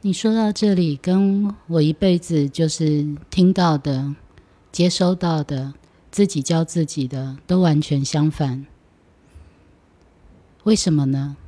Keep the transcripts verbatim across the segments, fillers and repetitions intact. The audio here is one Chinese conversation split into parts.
你说到这里，跟我一辈子就是听到的、接收到的、自己教自己的，都完全相反。为什么呢？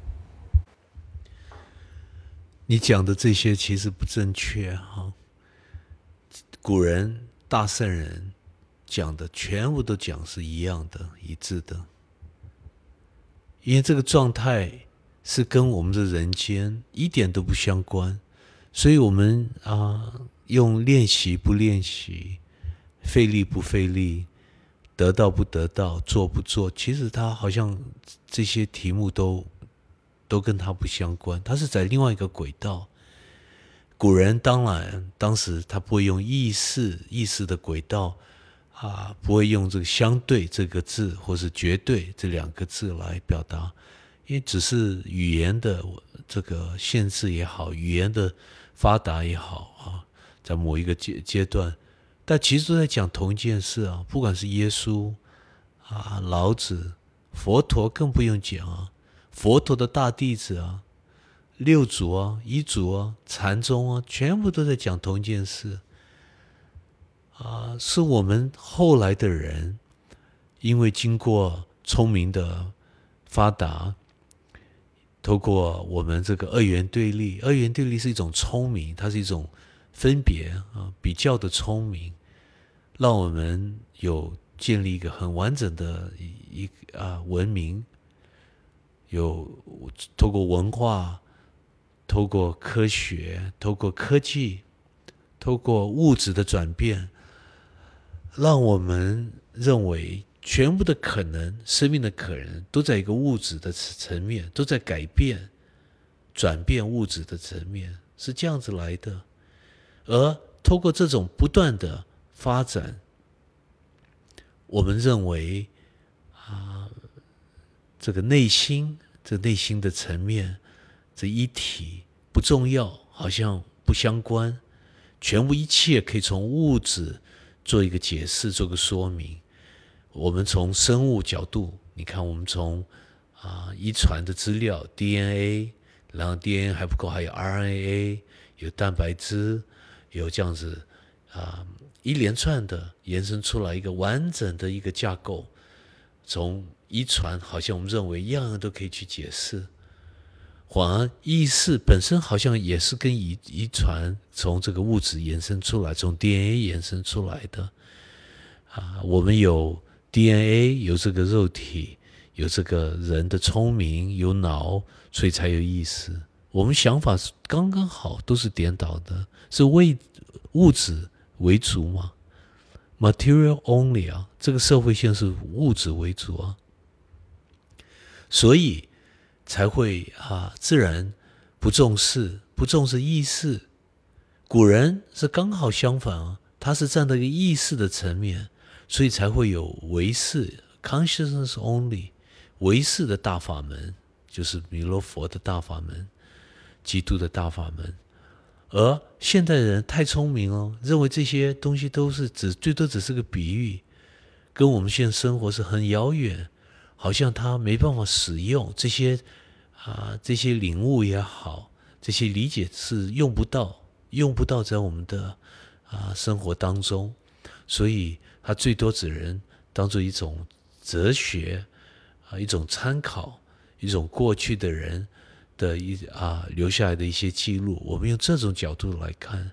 你讲的这些其实不正确哈。古人大圣人讲的全部都讲是一样的、一致的，因为这个状态是跟我们的人间一点都不相关，所以我们啊，用练习不练习，费力不费力，得到不得到，做不做，其实它好像这些题目都都跟它不相关，它是在另外一个轨道。古人当然当时他不会用意识意识的轨道啊，不会用这个相对这个字或是绝对这两个字来表达，因为只是语言的这个限制也好，语言的发达也好啊，在某一个阶阶段，但其实都在讲同一件事啊。不管是耶稣啊、老子、佛陀更不用讲啊，佛陀的大弟子啊、六祖啊、一祖啊、禅宗啊，全部都在讲同一件事啊。是我们后来的人，因为经过聪明的发达，透过我们这个二元对立，二元对立是一种聪明，它是一种分别啊、比较的聪明，让我们有建立一个很完整的一啊文明，有透过文化，透过科学，透过科技，透过物质的转变，让我们认为全部的可能，生命的可能都在一个物质的层面，都在改变转变物质的层面，是这样子来的。而透过这种不断的发展，我们认为啊，这个内心这内心的层面，这一体不重要，好像不相关，全部一切可以从物质做一个解释，做个说明。我们从生物角度，你看我们从啊遗传的资料 D N A， 然后 D N A 还不够，还有 R N A， 有蛋白质，有这样子啊一连串的延伸出来一个完整的一个架构。从遗传好像我们认为样样都可以去解释，反而意识本身好像也是跟遗遗传从这个物质延伸出来，从 D N A 延伸出来的啊。我们有 D N A， 有这个肉体，有这个人的聪明，有脑，所以才有意识。我们想法是刚刚好，都是颠倒的，是为物质为主嘛 ，material only 啊，这个社会现在是物质为主啊，所以才会啊，自然不重视，不重视意识。古人是刚好相反啊，他是站在一个意识的层面，所以才会有唯识 （consciousness only） 唯识的大法门，就是弥勒佛的大法门，基督的大法门。而现代人太聪明了，认为这些东西都是只最多只是个比喻，跟我们现在生活是很遥远，好像他没办法使用这些啊，这些领悟也好，这些理解是用不到，用不到在我们的啊生活当中，所以他最多只能当做一种哲学啊，一种参考，一种过去的人的一啊留下来的一些记录，我们用这种角度来看，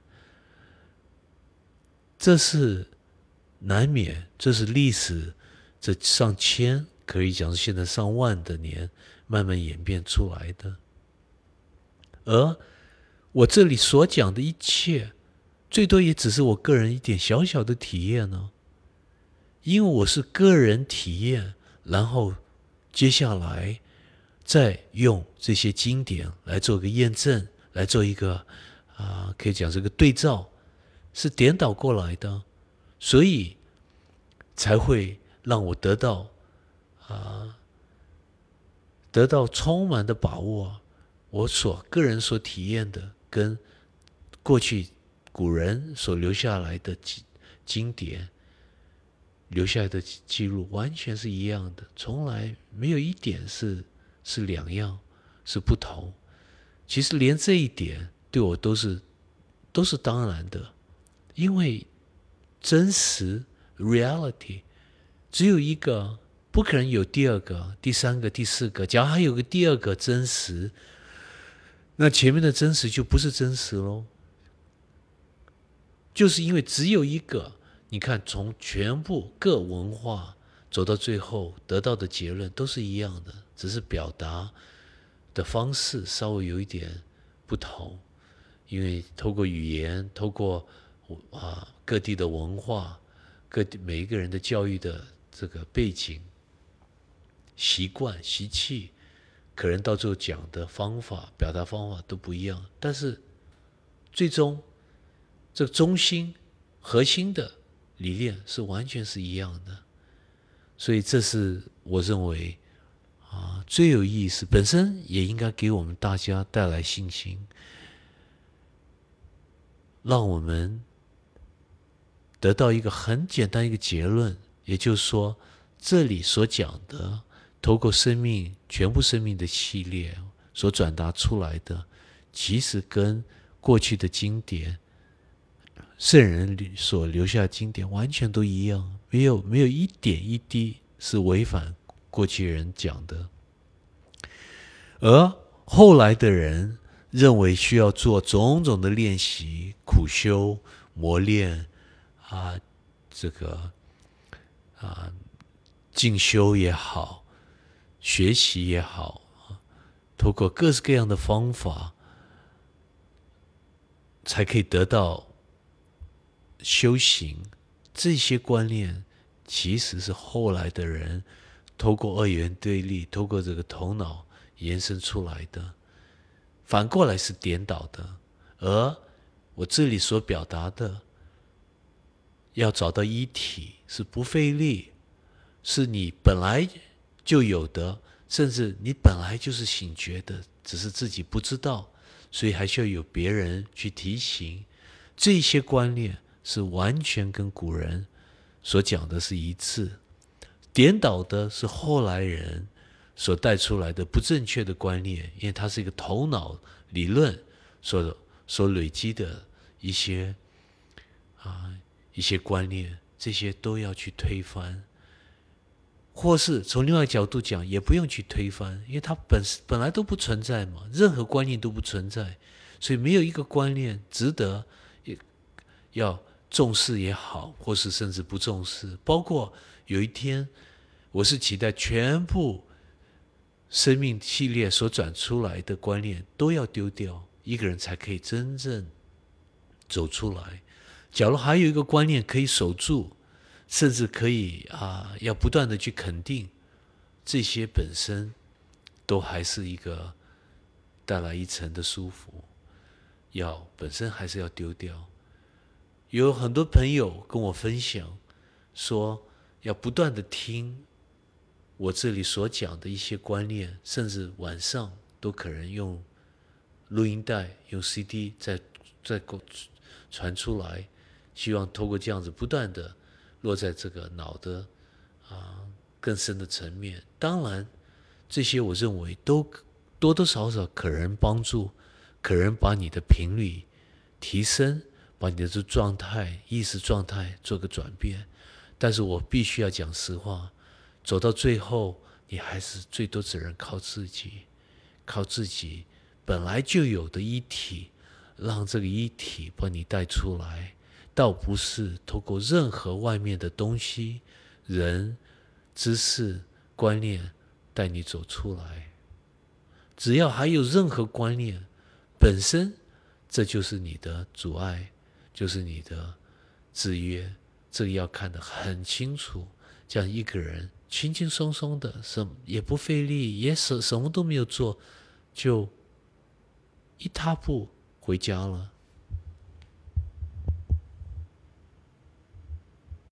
这是难免，这是历史这上千，可以讲是现在上万的年慢慢演变出来的。而我这里所讲的一切，最多也只是我个人一点小小的体验呢，因为我是个人体验，然后接下来再用这些经典来做个验证，来做一个啊，可以讲这个对照，是颠倒过来的，所以才会让我得到啊，得到充满的把握。我所个人所体验的，跟过去古人所留下来的经典留下来的记录完全是一样的，从来没有一点是是两样，是不同。其实连这一点对我都是都是当然的，因为真实 reality 只有一个，不可能有第二个、第三个、第四个。假如还有个第二个真实，那前面的真实就不是真实咯。就是因为只有一个，你看从全部各文化走到最后得到的结论都是一样的，只是表达的方式稍微有一点不同。因为透过语言，透过啊各地的文化，各地每一个人的教育的这个背景、习惯、习气，可能到最后讲的方法、表达方法都不一样，但是最终这个中心、核心的理念是完全是一样的。所以这是我认为啊最有意思，本身也应该给我们大家带来信心。让我们得到一个很简单一个结论，也就是说，这里所讲的透过生命全部生命的系列所转达出来的，其实跟过去的经典圣人所留下的经典完全都一样，没有没有一点一滴是违反过去人讲的。而后来的人认为需要做种种的练习、苦修、磨练啊，这个啊进修也好，学习也好，透过各式各样的方法，才可以得到修行。这些观念其实是后来的人透过二元对立，透过这个头脑延伸出来的。反过来是颠倒的，而我这里所表达的，要找到一体是不费力，是你本来就有的，甚至你本来就是醒觉的，只是自己不知道，所以还需要有别人去提醒。这些观念是完全跟古人所讲的是一致，颠倒的是后来人所带出来的不正确的观念，因为它是一个头脑理论所所累积的一些啊一些观念，这些都要去推翻，或是从另外一个角度讲，也不用去推翻，因为它本本来都不存在嘛，任何观念都不存在，所以没有一个观念值得要重视也好，或是甚至不重视。包括有一天，我是期待全部生命系列所转出来的观念都要丢掉，一个人才可以真正走出来。假如还有一个观念可以守住，甚至可以啊，要不断的去肯定，这些本身都还是一个带来一层的舒服，要本身还是要丢掉。有很多朋友跟我分享说，要不断的听我这里所讲的一些观念，甚至晚上都可能用录音带、用 C D 再再传出来，希望透过这样子不断的落在这个脑的啊更深的层面。当然，这些我认为都多多少少可能帮助，可能把你的频率提升，把你的这状态、意识状态做个转变。但是我必须要讲实话，走到最后，你还是最多只能靠自己，靠自己本来就有的一体，让这个一体把你带出来，倒不是透过任何外面的东西、人、知识、观念带你走出来。只要还有任何观念，本身这就是你的阻碍，就是你的制约。这个要看得很清楚，这样一个人轻轻松松的，什也不费力，也什什么都没有做，就一踏步回家了。